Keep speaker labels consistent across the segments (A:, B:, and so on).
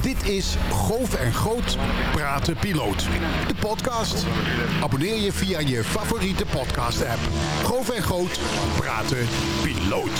A: Dit is Goof en Groot Praten Piloot. De podcast. Abonneer je via je favoriete podcast app. Goof en Groot Praten Piloot.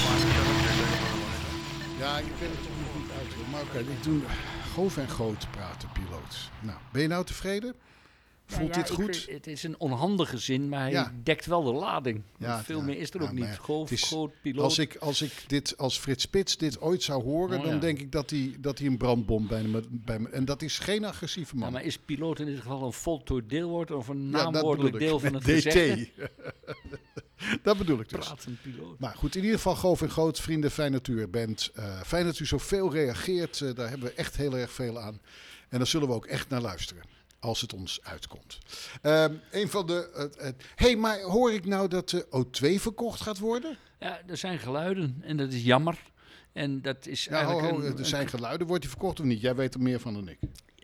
B: Ja, ik ben het toch nog niet uit. Maar oké, ik doe Goof en Groot Praten Piloot. Nou, ben je nou tevreden? Voelt dit goed?
C: Het is een onhandige zin, maar hij dekt wel de lading. Veel meer is er ook niet. Goof, groot, piloot.
B: Als ik als Frits Spits dit ooit zou horen, dan denk ik dat hij een brandbom bij me... En dat is geen agressieve man.
C: Ja, maar is piloot in dit geval een voltooid deelwoord of een naamwoordelijk deel van het gezegde?
B: Dat bedoel ik dus.
C: Praten piloot.
B: Maar goed, in ieder geval Goof en Groot, vrienden, fijn dat u er bent. Fijn dat u zoveel reageert. Daar hebben we echt heel erg veel aan. En daar zullen we ook echt naar luisteren. Als het ons uitkomt. Een van de... maar hoor ik nou dat de O2 verkocht gaat worden?
C: Ja, er zijn geluiden en dat is jammer. En dat is eigenlijk
B: er zijn geluiden. Wordt die verkocht of niet? Jij weet er meer van dan ik.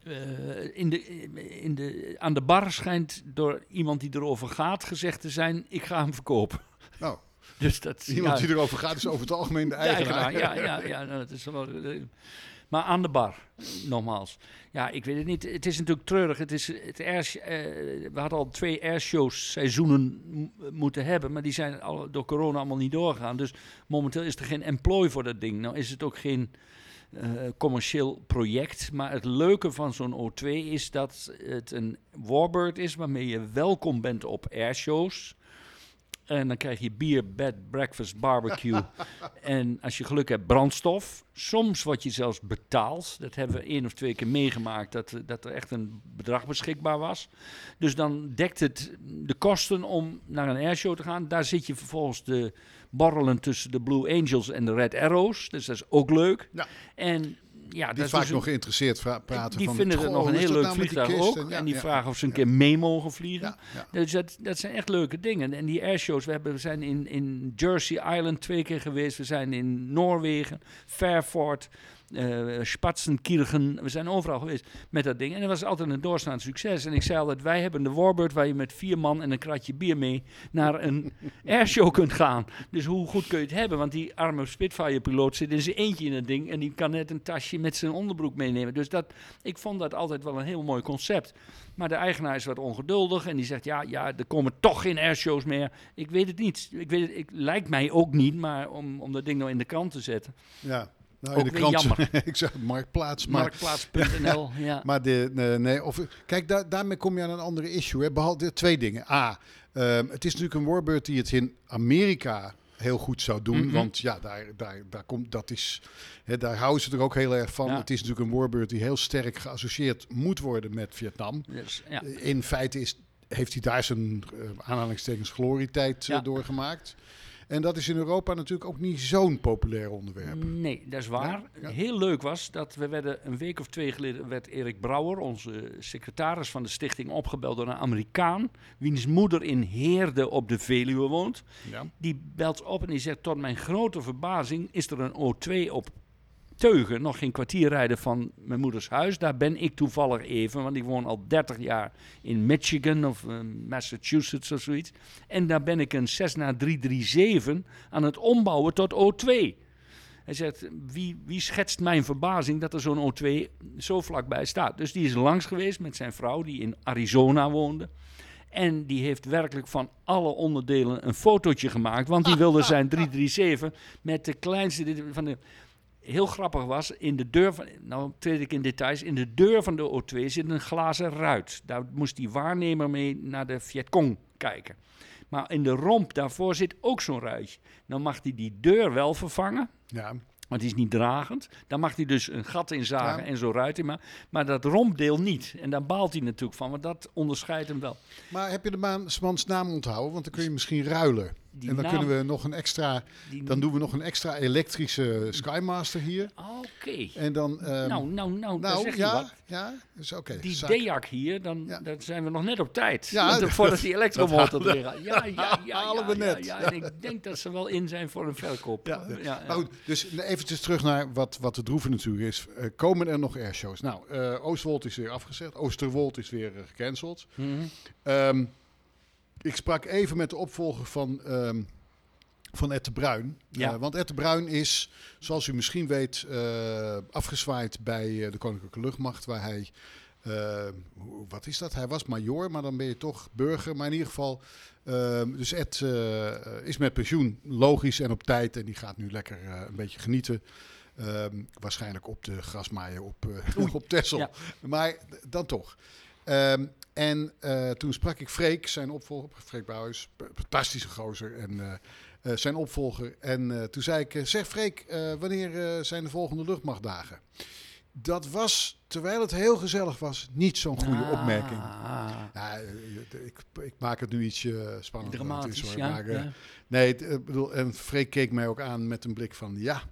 C: Aan de bar schijnt door iemand die erover gaat gezegd te zijn... ik ga hem verkopen.
B: Nou,
C: dus dat,
B: iemand die erover gaat is over het algemeen de eigenaar.
C: Ja, dat is wel... Maar aan de bar, nogmaals. Ja, ik weet het niet. Het is natuurlijk treurig. We hadden al 2 airshows seizoenen moeten hebben. Maar die zijn door corona allemaal niet doorgegaan. Dus momenteel is er geen employ voor dat ding. Nou is het ook geen commercieel project. Maar het leuke van zo'n O2 is dat het een warbird is... waarmee je welkom bent op airshows... En dan krijg je bier, bed, breakfast, barbecue. En als je geluk hebt, brandstof. Soms word je zelfs betaald. Dat hebben we 1 of 2 keer meegemaakt, dat er echt een bedrag beschikbaar was. Dus dan dekt het de kosten om naar een airshow te gaan. Daar zit je vervolgens te borrelen tussen de Blue Angels en de Red Arrows. Dus dat is ook leuk. Ja. En... Ja,
B: die vaak nog geïnteresseerd praten.
C: Die vinden het nog een heel leuk vliegtuig ook. En die vragen of ze een keer mee mogen vliegen. Dus dat zijn echt leuke dingen. En die airshows, we zijn in Jersey Island 2 keer geweest. We zijn in Noorwegen, Fairford, Spatsenkirchen. We zijn overal geweest met dat ding. En dat was altijd een doorstaand succes. En ik zei altijd, wij hebben de warbird waar je met 4 man en een kratje bier mee naar een airshow kunt gaan. Dus hoe goed kun je het hebben? Want die arme Spitfire-piloot zit in zijn eentje in het ding en die kan net een tasje met zijn onderbroek meenemen. Dus ik vond dat altijd wel een heel mooi concept. Maar de eigenaar is wat ongeduldig en die zegt, ja, er komen toch geen airshows meer. Ik weet het niet. Lijkt mij ook niet, maar om dat ding nou in de krant te zetten.
B: Ja. Nou, in de krant, ik zeg Marktplaats.
C: Marktplaats.nl, ja.
B: Maar kijk, daarmee kom je aan een andere issue. Hè. Behalve 2 dingen. Het is natuurlijk een warbird die het in Amerika heel goed zou doen. Mm-hmm. Want ja, daar houden ze er ook heel erg van. Ja. Het is natuurlijk een warbird die heel sterk geassocieerd moet worden met Vietnam. Yes, ja. In feite heeft hij daar zijn aanhalingstekens glorietijd doorgemaakt. En dat is in Europa natuurlijk ook niet zo'n populair onderwerp.
C: Nee, dat is waar. Ja. Heel leuk was dat we werden een week of 2 geleden... werd Erik Brouwer, onze secretaris van de stichting... opgebeld door een Amerikaan... wiens moeder in Heerde op de Veluwe woont. Ja. Die belt op en die zegt... tot mijn grote verbazing is er een O2 op Teugen. Nog geen kwartier rijden van mijn moeders huis. Daar ben ik toevallig even, want ik woon al 30 jaar in Michigan of Massachusetts of zoiets. En daar ben ik een Cessna 337 aan het ombouwen tot O2. Hij zegt, wie schetst mijn verbazing dat er zo'n O2 zo vlakbij staat? Dus die is langs geweest met zijn vrouw die in Arizona woonde. En die heeft werkelijk van alle onderdelen een fotootje gemaakt. Want die wilde zijn 337 met de kleinste van de... Heel grappig was, in de deur van... Nou treed ik in details. In de deur van de O2 zit een glazen ruit. Daar moest die waarnemer mee naar de Vietcong kijken. Maar in de romp daarvoor zit ook zo'n ruitje. Nou mag hij die deur wel vervangen. Ja. Want die is niet dragend. Dan mag hij dus een gat inzagen en zo'n ruit in maken. Maar dat rompdeel niet. En daar baalt hij natuurlijk van, want dat onderscheidt hem wel.
B: Maar heb je de mans naam onthouden? Want dan kun je misschien ruilen. En dan kunnen we nog een extra... Dan doen we nog een extra elektrische Skymaster hier.
C: Oké.
B: En dan...
C: daar zeg je wat.
B: Ja, is oké.
C: Die Deak hier, dan zijn we nog net op tijd. Ja, voordat die elektromotor erin gaat. Ja,
B: halen we net.
C: Ja, en ik denk dat ze wel in zijn voor een verkoop.
B: Ja. Maar goed, dus eventjes terug naar wat de droeve natuurlijk is. Komen er nog airshows? Nou, Oostwold is weer afgezegd. Oosterwold is weer gecanceld. Mm-hmm. Ik sprak even met de opvolger van van Ed de Bruin.
C: Ja.
B: Want Ed de Bruin is, zoals u misschien weet, afgezwaaid bij de Koninklijke Luchtmacht, waar hij... wat is dat? Hij was majoor, maar dan ben je toch burger. Maar in ieder geval, dus Ed is met pensioen, logisch en op tijd. En die gaat nu lekker een beetje genieten. Waarschijnlijk op de grasmaaier op Texel. Ja. Maar dan toch. En toen sprak ik Freek, zijn opvolger, Freek Brouwers, fantastische gozer en zijn opvolger. En toen zei ik, zeg Freek, wanneer zijn de volgende luchtmachtdagen? Dat was, terwijl het heel gezellig was, niet zo'n goede opmerking. Ja, ik maak het nu ietsje spannender.
C: Dramatisch,
B: hoor.
C: ja.
B: Maar,
C: Ja.
B: Nee, bedoel, en Freek keek mij ook aan met een blik van ja,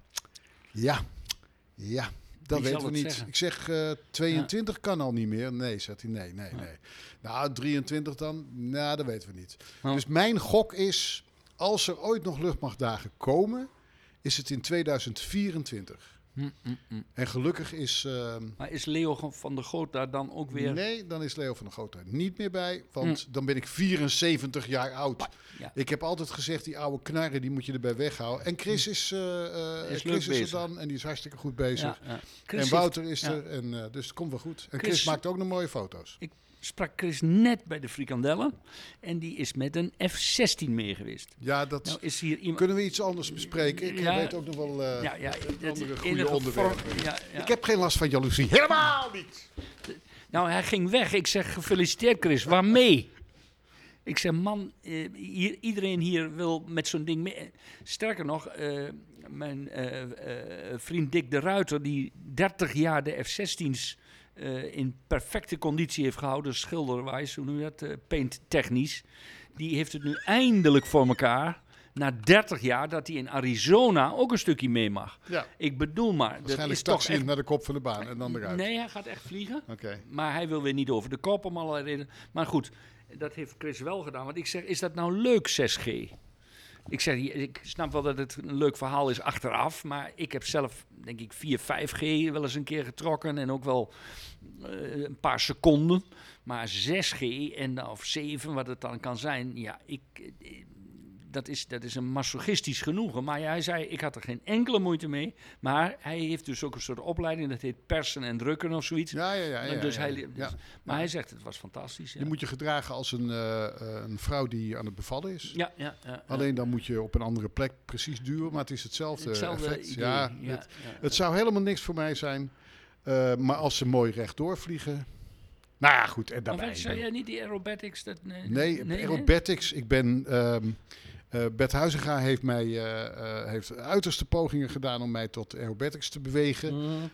B: dat weten we niet.
C: Zeggen?
B: Ik zeg 22 kan al niet meer. Nee, zegt hij, nee. Nou, 23 dan? Nou, dat weten we niet. Dus mijn gok is, als er ooit nog luchtmachtdagen komen, is het in 2024. En gelukkig is...
C: Maar is Leo van der Goot daar dan ook weer...
B: Nee, dan is Leo van der Goot daar niet meer bij. Want dan ben ik 74 jaar oud. Ja. Ik heb altijd gezegd, die oude knarren, die moet je erbij weghouden. En Chris is er dan en die is hartstikke goed bezig. Ja. En Wouter is er. En, dus het komt wel goed. En Chris maakt ook nog mooie foto's.
C: Ik sprak Chris net bij de frikandellen. En die is met een F-16 mee geweest.
B: Ja, dat
C: nou, is hier iemand...
B: kunnen we iets anders bespreken. Ik weet ook nog wel andere goede onderwerpen. Ik heb geen last van jaloezie. Helemaal niet!
C: Nou, hij ging weg. Ik zeg, gefeliciteerd Chris. Waarmee? Ik zeg, man, iedereen hier wil met zo'n ding mee. Sterker nog, mijn vriend Dick de Ruiter, die 30 jaar de F-16's in perfecte conditie heeft gehouden, schilderwijs, hoe noem je dat, painttechnisch. Die heeft het nu eindelijk voor elkaar, na 30 jaar, dat hij in Arizona ook een stukje mee mag. Ja. Ik bedoel maar...
B: Waarschijnlijk taxi echt... naar de kop van de baan en dan eruit.
C: Nee, hij gaat echt vliegen.
B: Okay.
C: Maar hij wil weer niet over de kop om allerlei redenen. Maar goed, dat heeft Chris wel gedaan. Want ik zeg, is dat nou leuk 6G? Ik zeg, ik snap wel dat het een leuk verhaal is achteraf. Maar ik heb zelf, denk ik, 4, 5G wel eens een keer getrokken. En ook wel een paar seconden. Maar 6G of 7, wat het dan kan zijn. Ja, dat is een masochistisch genoegen. Maar hij zei, ik had er geen enkele moeite mee. Maar hij heeft dus ook een soort opleiding. Dat heet persen en drukken of zoiets.
B: Ja.
C: Maar hij zegt, het was fantastisch. Ja.
B: Je moet je gedragen als een vrouw die aan het bevallen is.
C: Ja.
B: Alleen dan moet je op een andere plek precies duwen. Maar het is hetzelfde effect. Het zou helemaal niks voor mij zijn. Maar als ze mooi rechtdoor vliegen... Nou ja, goed. En daarbij.
C: Zou jij niet die aerobatics...
B: Nee, aerobatics. Ik ben... Bert Huizinga heeft uiterste pogingen gedaan om mij tot aerobatics te bewegen.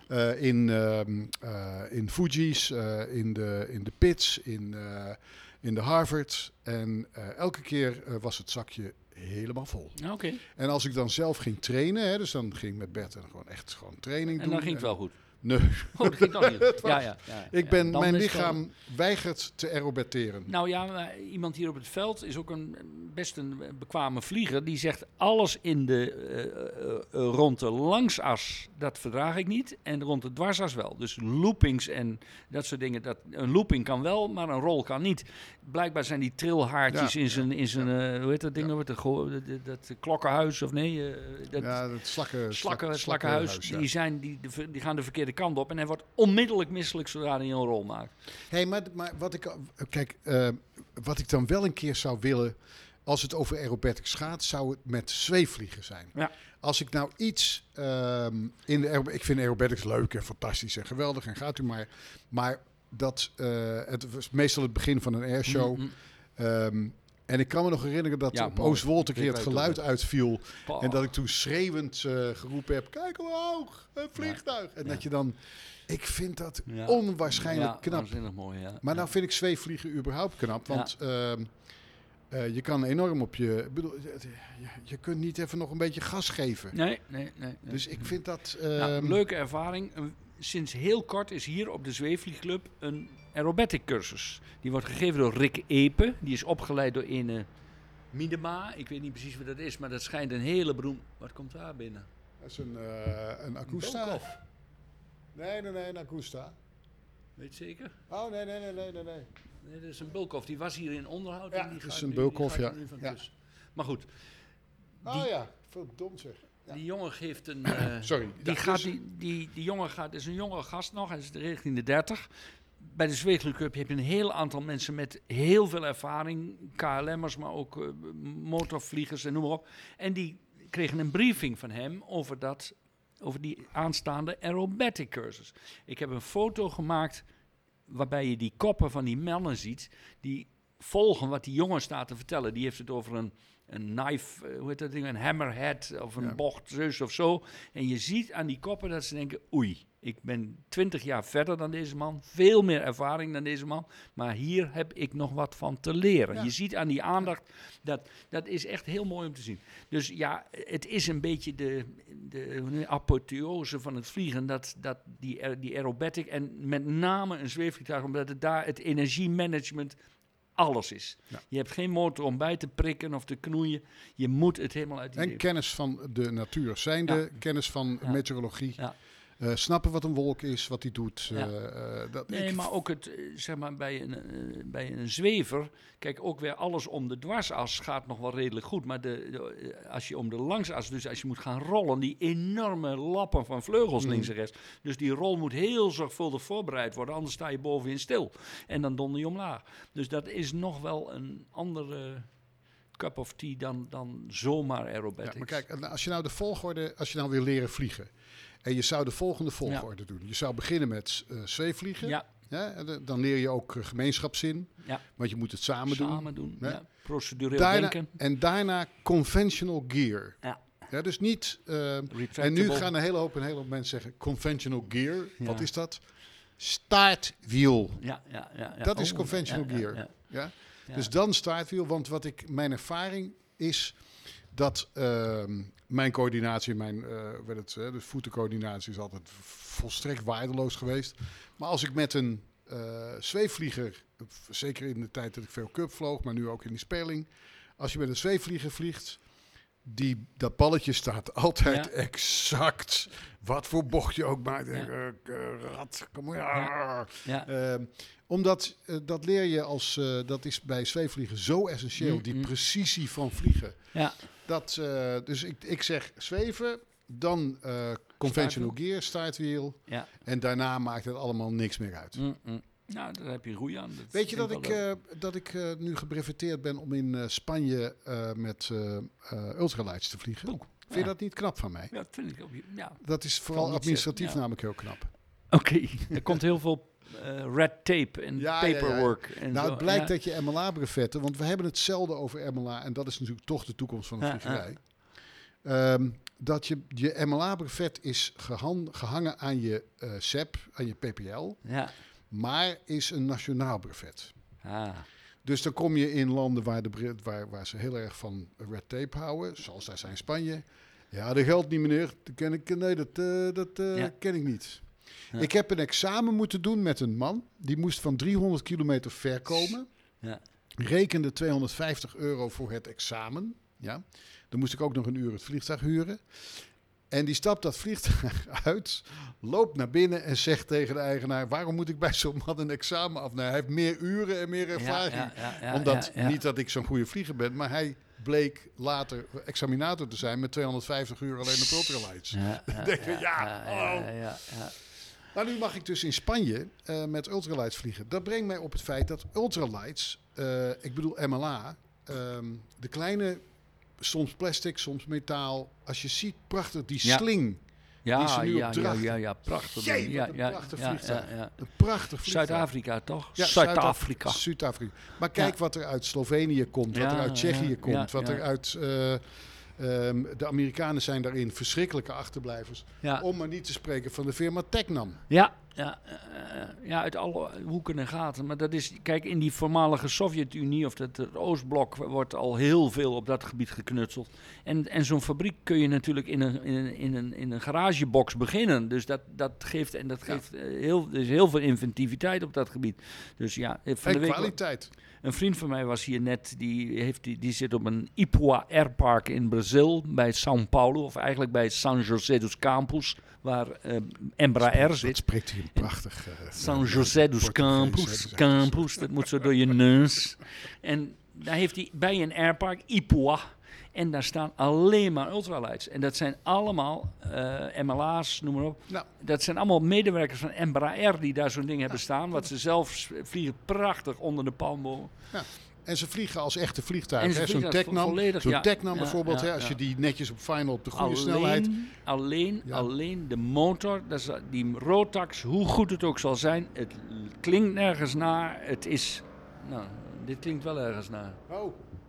B: In Fuji's, in de pits, in de Harvard. En elke keer was het zakje helemaal vol.
C: Okay.
B: En als ik dan zelf ging trainen, dus dan ging ik met Bert gewoon training doen.
C: En dan ging het wel goed?
B: Nee.
C: Dat ging toch niet?
B: Mijn lichaam weigert te aerobateren.
C: Nou ja, maar iemand hier op het veld is ook best een bekwame vlieger. Die zegt, alles in rond de langsas, dat verdraag ik niet. En rond de dwarsas wel. Dus loopings en dat soort dingen. Een looping kan wel, maar een rol kan niet. Blijkbaar zijn die trilhaartjes in zijn hoe heet dat ding? Dat klokkenhuis of nee?
B: Het
C: slakkenhuis.
B: Ja.
C: Die gaan de verkeerde kant op en hij wordt onmiddellijk misselijk zodra hij een rol maakt.
B: Hey, maar wat ik dan wel een keer zou willen, als het over aerobatics gaat, zou het met zweefvliegen zijn. Ja. Als ik nou iets in de ik vind aerobatics leuk en fantastisch en geweldig en gaat u maar dat het was meestal het begin van een airshow. En ik kan me nog herinneren dat op Oostwold een keer het geluid uitviel. En dat ik toen schreeuwend geroepen heb, kijk omhoog, een vliegtuig. En dat je dan... Ik vind dat onwaarschijnlijk knap.
C: Mooi,
B: maar nou vind ik zweefvliegen überhaupt knap. Want je kan enorm op je... Ik bedoel, je kunt niet even nog een beetje gas geven.
C: Nee.
B: Dus ik vind dat...
C: leuke ervaring. Sinds heel kort is hier op de Zweefvliegclub een aerobatic cursus. Die wordt gegeven door Rick Epe. Die is opgeleid door een Miedema. Ik weet niet precies wat dat is, maar dat schijnt een hele beroemd... Wat komt daar binnen?
B: Dat is een Agusta. Nee, een Agusta.
C: Weet je zeker?
B: Oh, nee.
C: Nee, dat is een Bulkhoff. Die was hier in onderhoud.
B: Ja, dat is een Bulkhoff, ja.
C: Maar goed,
B: verdomd zeg. Ja.
C: Die jongen geeft een...
B: Sorry.
C: Die jongen is een jonge gast nog, hij is richting de 30. Bij de Zweefvlieg Cup heb je een heel aantal mensen met heel veel ervaring. KLM'ers, maar ook motorvliegers en noem maar op. En die kregen een briefing van hem over die aanstaande aerobatic cursus. Ik heb een foto gemaakt waarbij je die koppen van die mannen ziet, die volgen wat die jongen staat te vertellen. Die heeft het over een knife, hoe heet dat ding, een hammerhead of een bocht, zus of zo. En je ziet aan die koppen dat ze denken, oei, ik ben 20 jaar verder dan deze man, veel meer ervaring dan deze man, maar hier heb ik nog wat van te leren. Ja. Je ziet aan die aandacht, dat is echt heel mooi om te zien. Dus ja, het is een beetje de apotheose van het vliegen, die aerobatic en met name een zweefvliegtuig, omdat het daar het energiemanagement alles is. Ja. Je hebt geen motor om bij te prikken of te knoeien. Je moet het helemaal uit die
B: En kennis van de natuur. Zijnde kennis van meteorologie. Ja. Snappen wat een wolk is, wat die doet.
C: Maar ook het, zeg maar, bij een zwever, kijk, ook weer alles om de dwarsas gaat nog wel redelijk goed. Maar als je om de langsas, dus als je moet gaan rollen, die enorme lappen van vleugels links en rechts. Dus die rol moet heel zorgvuldig voorbereid worden, anders sta je bovenin stil. En dan donder je omlaag. Dus dat is nog wel een andere cup of tea dan zomaar aerobatics. Ja,
B: maar kijk, als je nou wil leren vliegen, en je zou de volgende volgorde doen. Je zou beginnen met zweefvliegen. Ja. Ja, dan leer je ook gemeenschapszin. Ja. Want je moet het samen doen. Ja.
C: Procedureel denken.
B: En daarna conventional gear. Ja. Ja, dus niet... en nu gaan een hele hoop mensen zeggen, conventional gear. Ja. Wat is dat? Staartwiel. Ja. Dat is conventional gear. Ja. Ja? Ja. Dus dan staartwiel. Want mijn ervaring is dat mijn coördinatie, de voetencoördinatie is altijd volstrekt waardeloos geweest. Maar als ik met een zweefvlieger, zeker in de tijd dat ik veel cup vloog, maar nu ook in die speling, als je met een zweefvlieger vliegt, dat balletje staat altijd exact wat voor bocht je ook maakt. Rat, kom maar. Omdat dat leer je dat is bij zweefvliegen zo essentieel, die precisie van vliegen. Ja. Dus ik zeg zweven, dan conventional gear, staartwiel. Ja. En daarna maakt het allemaal niks meer uit.
C: Nou, daar heb je roei aan.
B: Weet je dat ik nu gebreveteerd ben om in Spanje met ultralights te vliegen? Vind je dat niet knap van mij?
C: Ja, dat vind ik ook. Ja.
B: Dat is vooral administratief namelijk heel knap.
C: Oké, er komt heel veel red tape en paperwork.
B: En nou, het blijkt dat je MLA-brevetten, want we hebben het zelden over MLA, en dat is natuurlijk toch de toekomst van de vliegerij. Dat je MLA-brevet is gehangen aan je SEP, aan je PPL, maar is een nationaal brevet. Dus dan kom je in landen waar ze heel erg van red tape houden, zoals daar zijn Spanje. Ja, dat geldt niet, meneer. Dat ken ik niet. Ja. Ik heb een examen moeten doen met een man. Die moest van 300 kilometer ver komen. Ja. Rekende €250 voor het examen. Ja. Dan moest ik ook nog een uur het vliegtuig huren. En die stapt dat vliegtuig uit, loopt naar binnen en zegt tegen de eigenaar: waarom moet ik bij zo'n man een examen afnemen? Hij heeft meer uren en meer ervaring. Niet dat ik zo'n goede vlieger ben, maar hij bleek later examinator te zijn met 250 uur alleen op ultralights. Maar nu mag ik dus in Spanje met ultralights vliegen. Dat brengt mij op het feit dat ultralights, ik bedoel MLA, de kleine, soms plastic, soms metaal. Als je ziet, prachtig, die sling. Die ze nu opdrachten.
C: Ja, prachtig.
B: Prachtig vliegtuig. Een prachtig vliegtuig.
C: Zuid-Afrika, toch?
B: Ja, Zuid-Afrika. Maar kijk wat er uit Slovenië komt, wat er uit Tsjechië komt, wat er uit... de Amerikanen zijn daarin verschrikkelijke achterblijvers. Ja. Om maar niet te spreken van de firma Tecnam.
C: Ja, uit alle hoeken en gaten. Maar dat is, kijk, in die voormalige Sovjet-Unie of het Oostblok wordt al heel veel op dat gebied geknutseld. En zo'n fabriek kun je natuurlijk in een garagebox beginnen. Dus dat geeft heel veel inventiviteit op dat gebied. Dus ja, van de week
B: kwaliteit.
C: Een vriend van mij was hier net, die zit op een Ipuá Airpark in Brazil, bij São Paulo, of eigenlijk bij São José dos Campos, waar Embraer zit.
B: Dat spreekt hij prachtig.
C: São José dos Campos, dat moet zo door je neus. En daar heeft hij bij een airpark, Ipuá, En daar staan alleen maar ultralights. En dat zijn allemaal MLA's, noem maar op.
B: Nou.
C: Dat zijn allemaal medewerkers van Embraer die daar zo'n ding hebben staan. Wat ze zelf vliegen prachtig onder de palmboom.
B: Ja. En ze vliegen als echte
C: En
B: vliegtuigen.
C: ze
B: Hè? Zo'n
C: vliegen
B: Tecnam,
C: volledig,
B: zo'n
C: ja.
B: Tecnam
C: Ja,
B: bijvoorbeeld.
C: ja,
B: Hè? Als
C: ja.
B: je die netjes op final op de goede snelheid...
C: Alleen de motor, dat is, die Rotax, hoe goed het ook zal zijn, het klinkt nergens naar. Het is, nou, dit klinkt wel ergens naar.
B: Oh,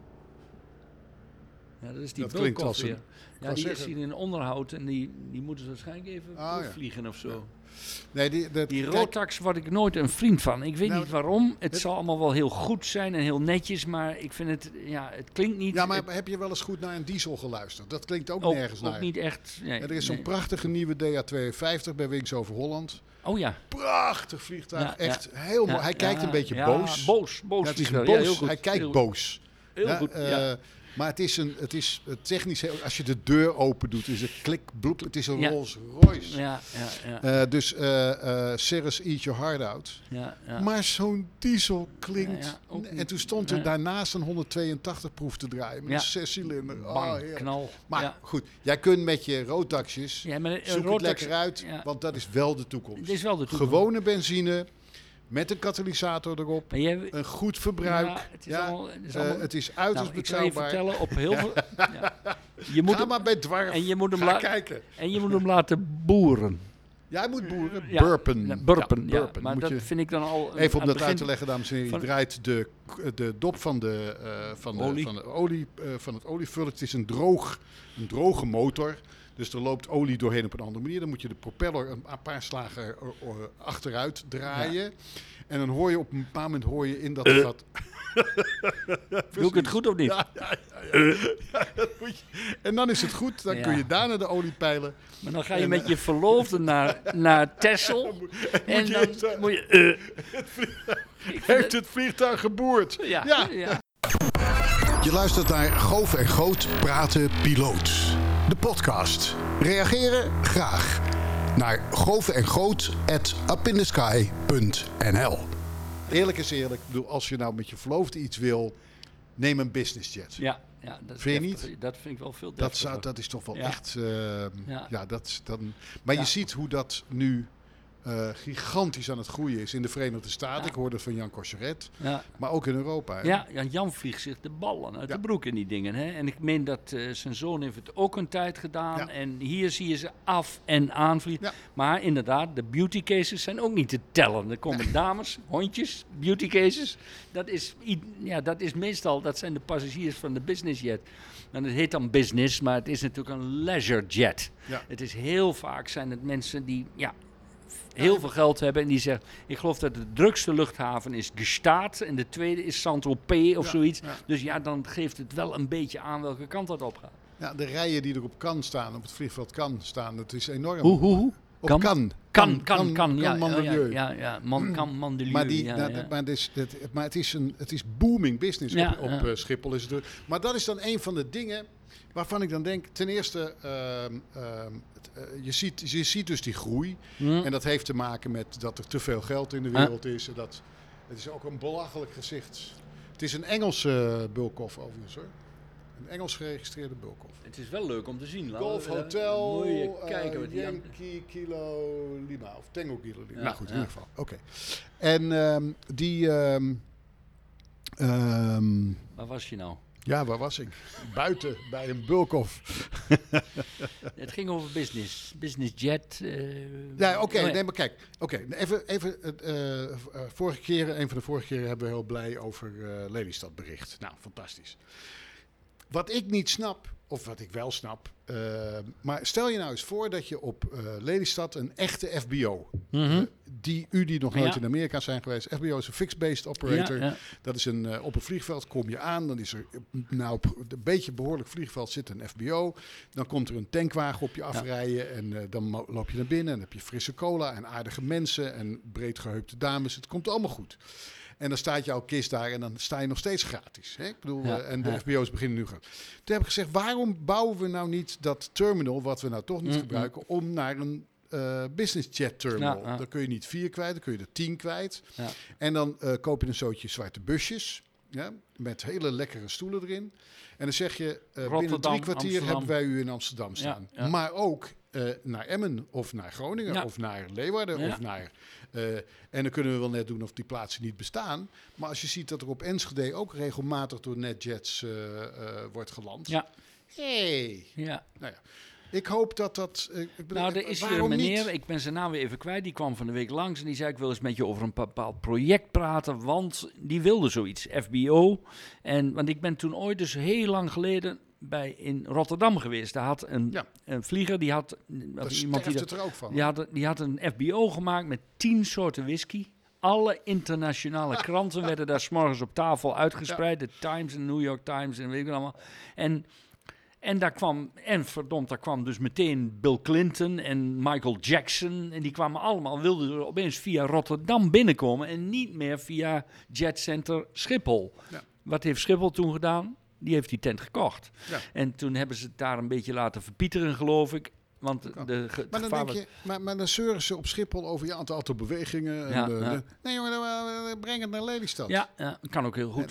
C: Ja, dat is die
B: Dat klinkt
C: Bulkov
B: als een-
C: weer. Ja,
B: wou
C: die is
B: zeggen.
C: hier in onderhoud en die moeten ze waarschijnlijk even
B: Ah, ja.
C: vliegen of zo.
B: nee,
C: Die
B: kijk,
C: Rotax word ik nooit een vriend van. Ik weet
B: Nou,
C: niet waarom. Het zal allemaal wel heel goed zijn en heel netjes, maar ik vind het, ja, het klinkt niet.
B: Ja, maar heb je wel eens goed naar een diesel geluisterd? Dat klinkt ook
C: ook,
B: nergens naar.
C: ook niet echt. Nee,
B: En er is zo'n
C: nee.
B: prachtige nieuwe DA250 bij Wings over Holland.
C: Oh ja.
B: Prachtig vliegtuig,
C: Ja,
B: echt heel mooi.
C: Ja,
B: Hij kijkt een beetje
C: ja,
B: boos.
C: Boos
B: Ja, het is een
C: vliegtuig.
B: boos.
C: Ja, heel goed.
B: Hij kijkt
C: Heel-
B: boos.
C: Heel
B: Ja,
C: goed. Ja.
B: Maar het is technisch heel... Als je de deur open doet, is het klik, bloep. Het is een
C: Ja.
B: Rolls Royce.
C: Ja, ja, ja.
B: Cirrus Eat Your Heart Out.
C: Ja, ja.
B: Maar zo'n diesel klinkt...
C: Ja, ja, ook
B: en
C: niet.
B: toen stond er
C: Ja.
B: daarnaast een 182 proef te draaien. Met
C: Ja.
B: een 6-cilinder.
C: Bang, knal.
B: Maar
C: ja.
B: goed, jij kunt met je Rotaxjes...
C: Ja, maar een
B: zoek het
C: Rotax-
B: lekker uit,
C: ja.
B: want dat is wel de toekomst.
C: Dit is wel de toekomst.
B: Gewone benzine, met een katalysator erop.
C: Maar jij,
B: Een goed verbruik.
C: Ja, het is allemaal-
B: het is uiterst
C: nou, ik zal je
B: betrouwbaar.
C: vertellen, op heel veel... Ja. Je moet
B: Ga
C: hem,
B: maar bij Dwarf.
C: en je moet hem
B: Ga
C: la-
B: kijken.
C: en je moet hem laten boeren.
B: Jij moet boeren.
C: Ja,
B: Burpen.
C: ja, burpen, ja.
B: burpen.
C: Maar
B: Moet
C: dat
B: je-
C: vind ik dan al...
B: Even om
C: aan
B: dat
C: het
B: uit te
C: begin-
B: leggen, dames en heren. Je
C: van-
B: draait de dop van de
C: Olie.
B: olie, van het olievuller. Het is een droge motor. Dus er loopt olie doorheen op een andere manier. Dan moet je de propeller een paar slagen achteruit draaien. En dan hoor je op een bepaald moment in dat gat...
C: Doe ik het goed of niet?
B: Ja, dat moet je. En dan is het goed. Dan
C: Ja.
B: kun je daarna de olie peilen.
C: Maar dan ga je met je verloofde naar Texel. En
B: je
C: dan
B: eerst,
C: moet je... Ik vind
B: Heeft het vliegtuig geboord?
C: Ja,
B: Ja.
C: ja.
A: Je luistert naar Goof en Groot Praten Piloot. De podcast. Reageren? Graag. Naar goofengroot@upindesky.nl.
B: Eerlijk is eerlijk. Ik bedoel, als je nou met je verloofde iets wil, neem een business jet.
C: Ja, dat is
B: Vind je
C: deftig. Dat vind ik wel veel
B: Dat,
C: deftiger.
B: dat is toch wel
C: Ja.
B: echt...
C: Ja.
B: ja, dat is dan... Maar
C: Ja.
B: je ziet hoe dat nu gigantisch aan het groeien is in de Verenigde Staten.
C: Ja.
B: Ik hoorde het van Jan Cocheret.
C: Ja.
B: Maar ook in Europa. Hè?
C: Ja, Jan vliegt zich de ballen uit
B: Ja.
C: de broek in die dingen. Hè? En ik meen dat zijn zoon heeft het ook een tijd gedaan.
B: Ja.
C: En hier zie je ze af en aan vliegen.
B: Ja.
C: Maar inderdaad, de beauty cases zijn ook niet te tellen. Er komen dames, hondjes, beauty cases. Dat is meestal, dat zijn de passagiers van de business jet. En het heet dan business, maar het is natuurlijk een leisure jet.
B: Ja.
C: Het is heel vaak zijn het mensen die heel veel geld hebben en die zeggen, ik geloof dat de drukste luchthaven is Gstaad en de tweede is Saint-Tropez of
B: Ja,
C: zoiets.
B: ja.
C: Dus ja, dan geeft het wel een beetje aan welke kant dat op gaat.
B: Ja, de rijen die er op Cannes staan, op het vliegveld Cannes staan, dat is enorm.
C: Hoe?
B: Op
C: Kan?
B: Cannes.
C: Kan, ja.
B: Mandelieu.
C: Kan Mandelieu.
B: Maar,
C: ja.
B: maar het is booming business
C: Ja,
B: op
C: ja.
B: Schiphol. Is het, maar dat is dan een van de dingen waarvan ik dan denk, ten eerste, je ziet dus die groei. En dat heeft te maken met dat er te veel geld in de wereld is. En dat, het is ook een belachelijk gezicht. Het is een Engelse Bulkov overigens hoor. Een Engels geregistreerde Bulkov.
C: Het is wel leuk om te zien.
B: Golf Hotel,
C: Moet je kijken wat die
B: Yankee Kilo Lima of Tango Kilo Lima.
C: Ja,
B: Nou goed, in
C: ja.
B: ieder geval. Oké. En
C: Waar was je nou?
B: ja, waar was ik? Buiten bij een Bulkov.
C: Het ging over business. Business jet.
B: Ja, oké.
C: oh ja.
B: Nee, maar kijk. Oké, even vorige keren, een van de vorige keren hebben we heel blij over Lelystad bericht. Nou, fantastisch. Wat ik niet snap, of wat ik wel snap, maar stel je nou eens voor dat je op Lelystad een echte FBO, die nog nooit
C: Ja.
B: in Amerika zijn geweest. FBO is een fixed-based operator.
C: Ja, ja.
B: Dat is op een vliegveld kom je aan, dan is er op een beetje behoorlijk vliegveld zit een FBO. Dan komt er een tankwagen op je afrijden en dan loop je naar binnen en dan heb je frisse cola en aardige mensen en breedgeheupte dames. Het komt allemaal goed. En dan staat jouw kist daar en dan sta je nog steeds gratis. Hè? Ik bedoel,
C: Ja,
B: en de
C: ja.
B: FBO's beginnen nu gaan. Toen heb ik gezegd, waarom bouwen we nou niet dat terminal, wat we nou toch niet gebruiken, om naar een business jet terminal.
C: Ja, ja.
B: Dan kun je niet 4 kwijt, dan kun je er 10 kwijt.
C: Ja.
B: En dan koop je een zootje zwarte busjes. Ja, met hele lekkere stoelen erin. En dan zeg je, binnen
C: Rotterdam,
B: 3 kwartier
C: Amsterdam.
B: hebben wij u in Amsterdam staan.
C: Ja.
B: Maar ook naar Emmen of naar Groningen
C: Ja.
B: of naar Leeuwarden.
C: Ja.
B: Of naar, en dan kunnen we wel net doen of die plaatsen niet bestaan. Maar als je ziet dat er op Enschede ook regelmatig door NetJets wordt geland.
C: Ja.
B: Hey.
C: Ja.
B: Nou ja. Ik hoop dat...
C: Nou, er is hier een
B: waarom
C: meneer,
B: niet?
C: ik ben zijn naam weer even kwijt, die kwam van de week langs en die zei ik wil eens met je over een bepaald project praten, want die wilde zoiets, FBO. Want ik ben toen ooit dus heel lang geleden in Rotterdam geweest. Daar had een vlieger, die had...
B: Daar
C: iemand
B: sterft het er ook van.
C: Die had een FBO gemaakt met 10 soorten whisky. Alle internationale kranten werden daar 's morgens op tafel uitgespreid. De Times en New York Times en weet ik wat allemaal. En daar kwam dus meteen Bill Clinton en Michael Jackson. En die kwamen allemaal, wilden er opeens via Rotterdam binnenkomen. En niet meer via Jet Center Schiphol. Ja. Wat heeft Schiphol toen gedaan? Die heeft die tent gekocht. Ja. En toen hebben ze het daar een beetje laten verpieteren, geloof ik. Want
B: maar dan denk je, maar dan zeuren ze op Schiphol over je aantal bewegingen. Nee jongen, breng het naar Lelystad.
C: Ja, kan ook heel goed.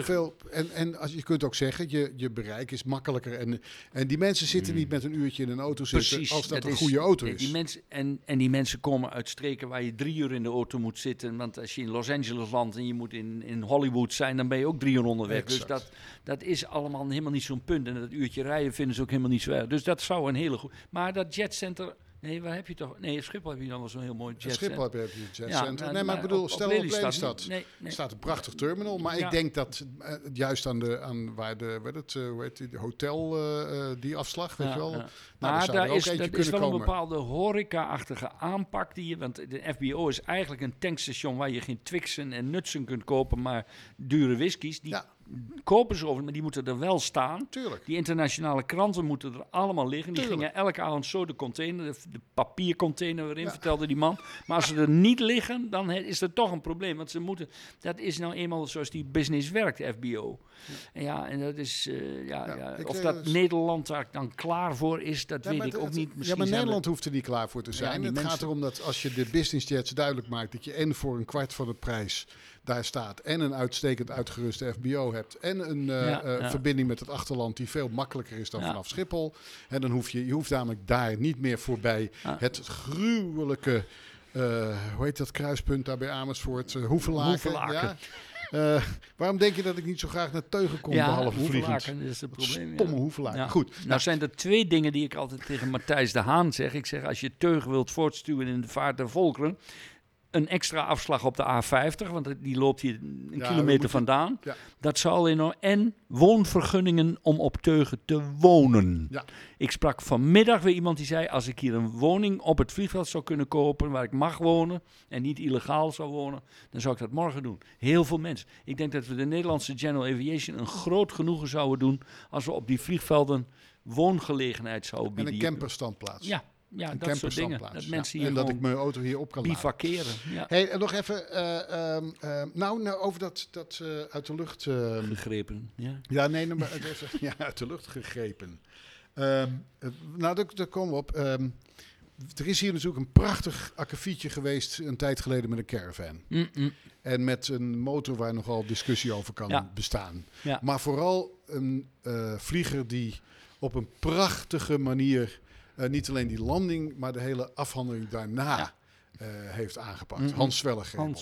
B: En als je kunt ook zeggen, je bereik is makkelijker. En die mensen zitten niet met een uurtje in een auto zitten. Precies, als dat een goede auto is.
C: Die mensen komen uit streken waar je 3 uur in de auto moet zitten. Want als je in Los Angeles landt en je moet in Hollywood zijn, dan ben je ook 3 uur onderweg. Exact. Dus dat is allemaal helemaal niet zo'n punt. En dat uurtje rijden vinden ze ook helemaal niet zo erg. Dus dat zou een hele goede... Maar dat jetcenter... Nee, waar heb je toch... Nee, Schiphol heb je dan wel zo'n heel mooi jetcenter.
B: Schiphol heb je een jetcenter. Ja, nee, maar ik bedoel, stel op Lelystad.
C: Nee.
B: Staat een prachtig terminal. Maar ik denk dat juist aan waar de hotel, die afslag, weet je wel.
C: Ja. Maar daar is wel een bepaalde horeca-achtige aanpak. Want de FBO is eigenlijk een tankstation waar je geen Twixen en Nutsen kunt kopen, maar dure whiskies. Die kopen ze over, maar die moeten er wel staan.
B: Tuurlijk.
C: Die internationale kranten moeten er allemaal liggen. Die gingen elke avond zo de container, de papiercontainer erin, vertelde die man. Maar als ze er niet liggen, dan is er toch een probleem. Want ze moeten, dat is nou eenmaal zoals die business werkt, de FBO. En dat is, of dat Nederland daar dan klaar voor is, dat weet ik ook niet.
B: Misschien maar Nederland hoeft er niet klaar voor te zijn. Het gaat erom dat als je de business jets duidelijk maakt, dat je en voor een kwart van de prijs daar staat en een uitstekend uitgeruste FBO hebt en een verbinding met het achterland die veel makkelijker is dan vanaf Schiphol. En dan je hoeft namelijk daar niet meer voorbij het gruwelijke, hoe heet dat kruispunt daar bij Amersfoort? Hoevelaken. Ja? Waarom denk je dat ik niet zo graag naar Teugen kom, behalve vliegend?
C: Dat is het probleem.
B: Stomme Hoevelaken. Ja. Goed.
C: Nou zijn er 2 dingen die ik altijd tegen Matthijs de Haan zeg. Ik zeg, als je Teugen wilt voortstuwen in de vaart der volkeren, een extra afslag op de A50, want die loopt hier een kilometer vandaan. Ja. Dat zou enorm. En woonvergunningen om op Teugen te wonen. Ja. Ik sprak vanmiddag weer iemand die zei, als ik hier een woning op het vliegveld zou kunnen kopen, waar ik mag wonen en niet illegaal zou wonen, dan zou ik dat morgen doen. Heel veel mensen. Ik denk dat we de Nederlandse General Aviation een groot genoegen zouden doen als we op die vliegvelden woongelegenheid zouden bieden.
B: En een camperstandplaats.
C: Ja, dat soort dingen. Dat mensen hier
B: en dat ik mijn auto hier op kan
C: bivakeren.
B: Ja. Hey, en nog even, nou over dat uit de lucht...
C: gegrepen, ja.
B: Ja, nee, uit de lucht gegrepen. Nou, daar komen we op. Er is hier natuurlijk een prachtig akkefietje geweest een tijd geleden met een caravan. En met een motor waar nogal discussie over kan bestaan. Ja. Maar vooral een vlieger die op een prachtige manier niet alleen die landing, maar de hele afhandeling daarna heeft aangepakt. Hans Zwellegrebel.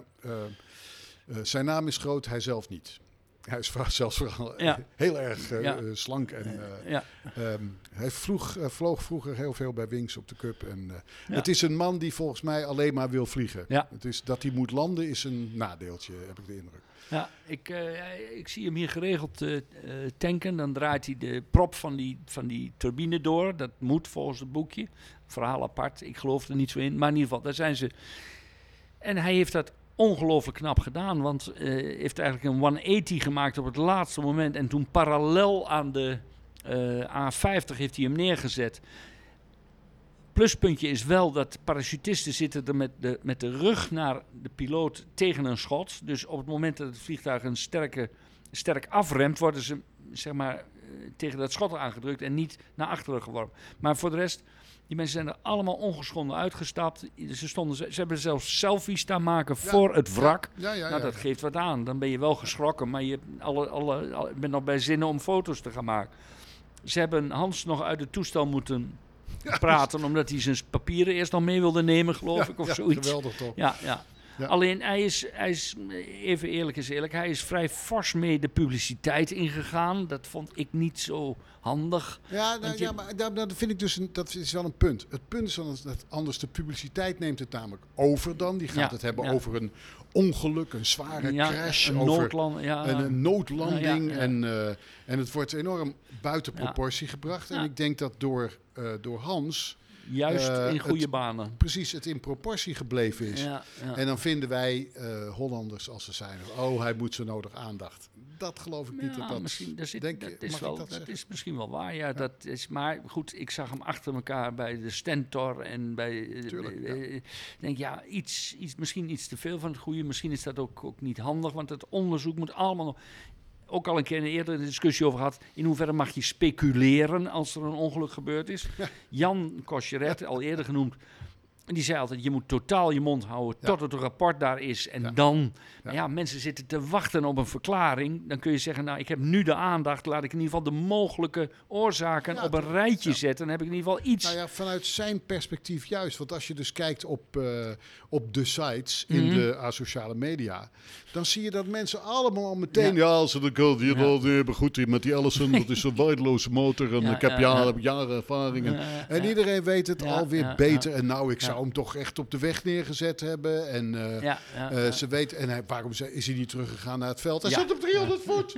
B: Zijn naam is groot, hij zelf niet. Hij is zelfs vooral heel erg slank. En, hij vloog vroeger heel veel bij Wings op de Cup. En, het is een man die volgens mij alleen maar wil vliegen. Ja. Het is, dat hij moet landen is een nadeeltje, heb ik de indruk.
C: Ja, ik zie hem hier geregeld tanken. Dan draait hij de prop van die turbine door. Dat moet volgens het boekje. Verhaal apart, ik geloof er niet zo in. Maar in ieder geval, daar zijn ze. En hij heeft dat ongelooflijk knap gedaan. Want heeft eigenlijk een 180 gemaakt op het laatste moment. En toen parallel aan de A50 heeft hij hem neergezet. Pluspuntje is wel dat parachutisten zitten er met de rug naar de piloot tegen een schot. Dus op het moment dat het vliegtuig sterk afremt, worden ze zeg maar tegen dat schot aangedrukt en niet naar achteren geworpen. Maar voor de rest, Die mensen zijn er allemaal ongeschonden uitgestapt. Ze hebben zelfs selfies staan maken voor het wrak. Nou, dat geeft wat aan. Dan ben je wel geschrokken, maar je bent nog bij zinnen om foto's te gaan maken. Ze hebben Hans nog uit het toestel moeten praten, omdat hij zijn papieren eerst nog mee wilde nemen, geloof ik, of zoiets.
B: Geweldig toch?
C: Ja.
B: Ja.
C: Alleen hij is, even eerlijk is eerlijk, hij is vrij fors mee de publiciteit ingegaan. Dat vond ik niet zo handig.
B: Maar dat vind ik dus, dat is wel een punt. Het punt is dan dat anders de publiciteit neemt het namelijk over dan. Die gaat het hebben over een ongeluk, een zware crash.
C: Een
B: een noodlanding.
C: Ja.
B: En het wordt enorm buiten proportie gebracht. En ik denk dat door Hans...
C: Juist in goede banen.
B: Precies, het in proportie gebleven is.
C: Ja.
B: En dan vinden wij Hollanders als ze zijn. Hij moet zo nodig aandacht. Dat geloof ik niet.
C: Dat is misschien wel waar. Ja, dat is, maar goed, ik zag hem achter elkaar bij de Stentor en bij... Ik denk, misschien iets te veel van het goede. Misschien is dat ook niet handig, want het onderzoek moet allemaal nog... Ook al een keer eerder een discussie over gehad. In hoeverre mag je speculeren als er een ongeluk gebeurd is? Ja. Jan Cocheret, al eerder genoemd. En die zei altijd, je moet totaal je mond houden tot het rapport daar is. En dan, mensen zitten te wachten op een verklaring. Dan kun je zeggen, nou, ik heb nu de aandacht. Laat ik in ieder geval de mogelijke oorzaken op een rijtje zetten. Dan heb ik in ieder geval iets.
B: Nou ja, vanuit zijn perspectief juist. Want als je dus kijkt op de sites in de asociale media... dan zie je dat mensen allemaal meteen... als ze de hebben goed met die Allison. Dat is een waardeloze motor. En ik heb jaren ervaring. En iedereen weet het alweer beter. En nou, ik zou hem toch echt op de weg neergezet hebben. En ze weten... En waarom is hij niet teruggegaan naar het veld? Hij zat op 300 voet!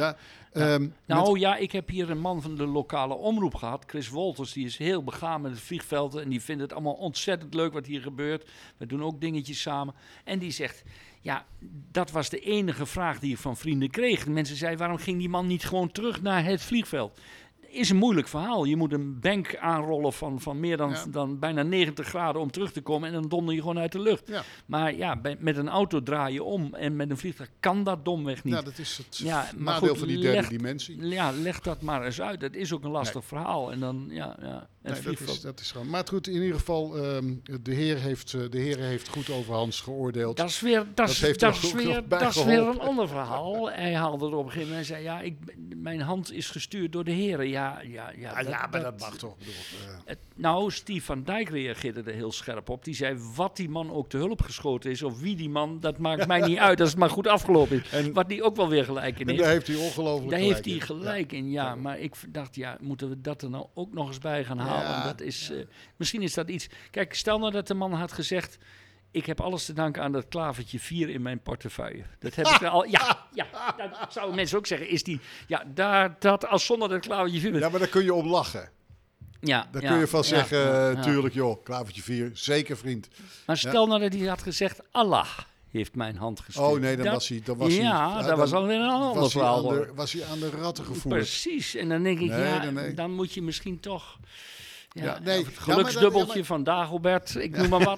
C: Ik heb hier een man van de lokale omroep gehad. Chris Wolters, die is heel begaan met het vliegveld. En die vindt het allemaal ontzettend leuk wat hier gebeurt. We doen ook dingetjes samen. En die zegt... Ja, dat was de enige vraag die ik van vrienden kreeg. Mensen zeiden, waarom ging die man niet gewoon terug naar het vliegveld? Is een moeilijk verhaal. Je moet een bank aanrollen van meer dan bijna 90 graden om terug te komen. En dan donder je gewoon uit de lucht. Ja. Maar met een auto draai je om. En met een vliegtuig kan dat domweg niet.
B: Ja, dat is het nadeel van die derde dimensie.
C: Ja, leg dat maar eens uit. Dat is ook een lastig verhaal. En dan,
B: dat is gewoon. Maar goed, in ieder geval, de Heer heeft goed over Hans geoordeeld.
C: Dat is weer een ander verhaal. Hij haalde er op een gegeven moment en zei, mijn hand is gestuurd door de Heer.
B: Maar dat mag toch.
C: Steve van Dijk reageerde er heel scherp op. Die zei, wat die man ook te hulp geschoten is, of wie die man, dat maakt mij niet uit als het maar goed afgelopen is. En wat die ook wel weer gelijk in heeft.
B: Daar heeft hij ongelooflijk
C: gelijk in. Gelijk in, maar ik dacht, moeten we dat er nou ook nog eens bij gaan halen? Dat is, misschien is dat iets... Kijk, stel nou dat de man had gezegd... Ik heb alles te danken aan dat klavertje 4 in mijn portefeuille. Dat heb ik er al... dat zouden mensen ook zeggen. Is die... als zonder dat klavertje 4...
B: Ja, maar daar kun je om lachen. Daar kun je van zeggen... Tuurlijk, joh, klavertje 4. Zeker, vriend.
C: Maar stel nou dat hij had gezegd... Allah heeft mijn hand gestuurd.
B: Oh nee, dan was hij...
C: dat was alweer een ander verhaal.
B: Was hij aan de ratten gevoerd.
C: Precies. En dan denk ik, dan moet je misschien toch... het geluksdubbeltje van Dagobert, ik noem maar wat.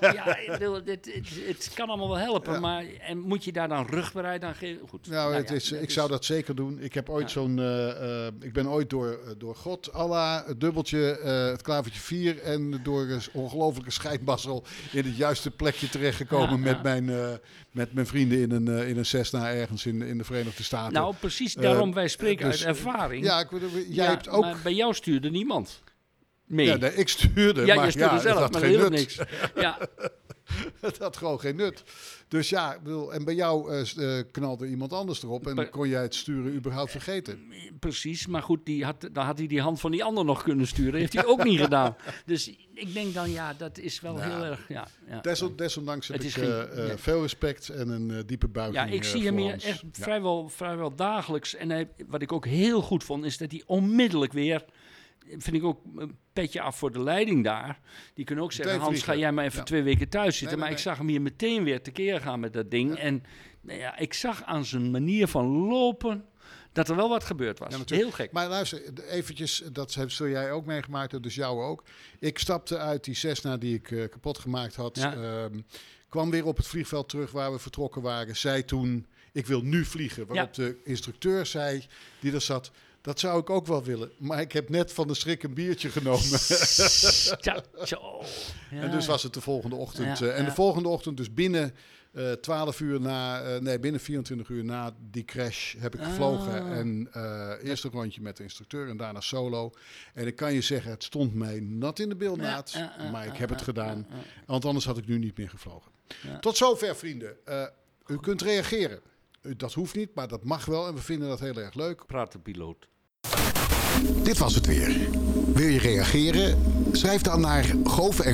C: Het kan allemaal wel helpen, maar en moet je daar dan rugbereid aan geven? Goed.
B: Ik zou dat zeker doen. Ik heb ooit ik ben ooit door God, Allah, het dubbeltje, het klavertje 4 en door een ongelofelijke scheidbassel in het juiste plekje terechtgekomen met mijn vrienden in een Cessna ergens in de Verenigde Staten.
C: Nou, precies daarom wij spreken uit ervaring.
B: Jij hebt ook...
C: Maar bij jou stuurde niemand mee.
B: Ja, ik stuurde.
C: Ja, je stuurde zelf, maar dat hielp niks. Ja.
B: Het had gewoon geen nut. Dus en bij jou knalde iemand anders erop en kon jij het sturen überhaupt vergeten.
C: Precies, maar goed, dan had hij die hand van die ander nog kunnen sturen. Heeft hij ook niet gedaan. Dus ik denk dan, dat is wel heel erg...
B: Desondanks heb ik veel respect en een diepe buiging.
C: Ja, ik zie hem hier echt vrijwel dagelijks. En wat ik ook heel goed vond, is dat hij onmiddellijk weer... Vind ik ook een petje af voor de leiding daar. Die kunnen ook zeggen, Hans, ga jij maar even 2 weken thuis zitten. Maar ik zag hem hier meteen weer tekeer gaan met dat ding. Ja. En ik zag aan zijn manier van lopen dat er wel wat gebeurd was. Ja, heel gek.
B: Maar luister, eventjes, dat zul jij ook meegemaakt, dus jou ook. Ik stapte uit die Cessna die ik kapot gemaakt had. Ja. Kwam weer op het vliegveld terug waar we vertrokken waren. Zei toen, ik wil nu vliegen. Waarop de instructeur zei, die er zat... Dat zou ik ook wel willen. Maar ik heb net van de schrik een biertje genomen.
C: Ja.
B: En dus was het de volgende ochtend.
C: Ja,
B: en de volgende ochtend dus binnen 24 uur na die crash heb ik gevlogen. En eerst een rondje met de instructeur en daarna solo. En ik kan je zeggen, het stond mij nat in de bilnaad. Maar ik heb het gedaan. Want anders had ik nu niet meer gevlogen. Ja. Tot zover, vrienden. U kunt reageren. Dat hoeft niet, maar dat mag wel. En we vinden dat heel erg leuk.
C: Praten piloot.
A: Dit was het weer. Wil je reageren? Schrijf dan naar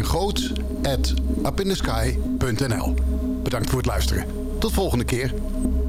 A: govenengroot@upinthesky.nl. Bedankt voor het luisteren. Tot volgende keer.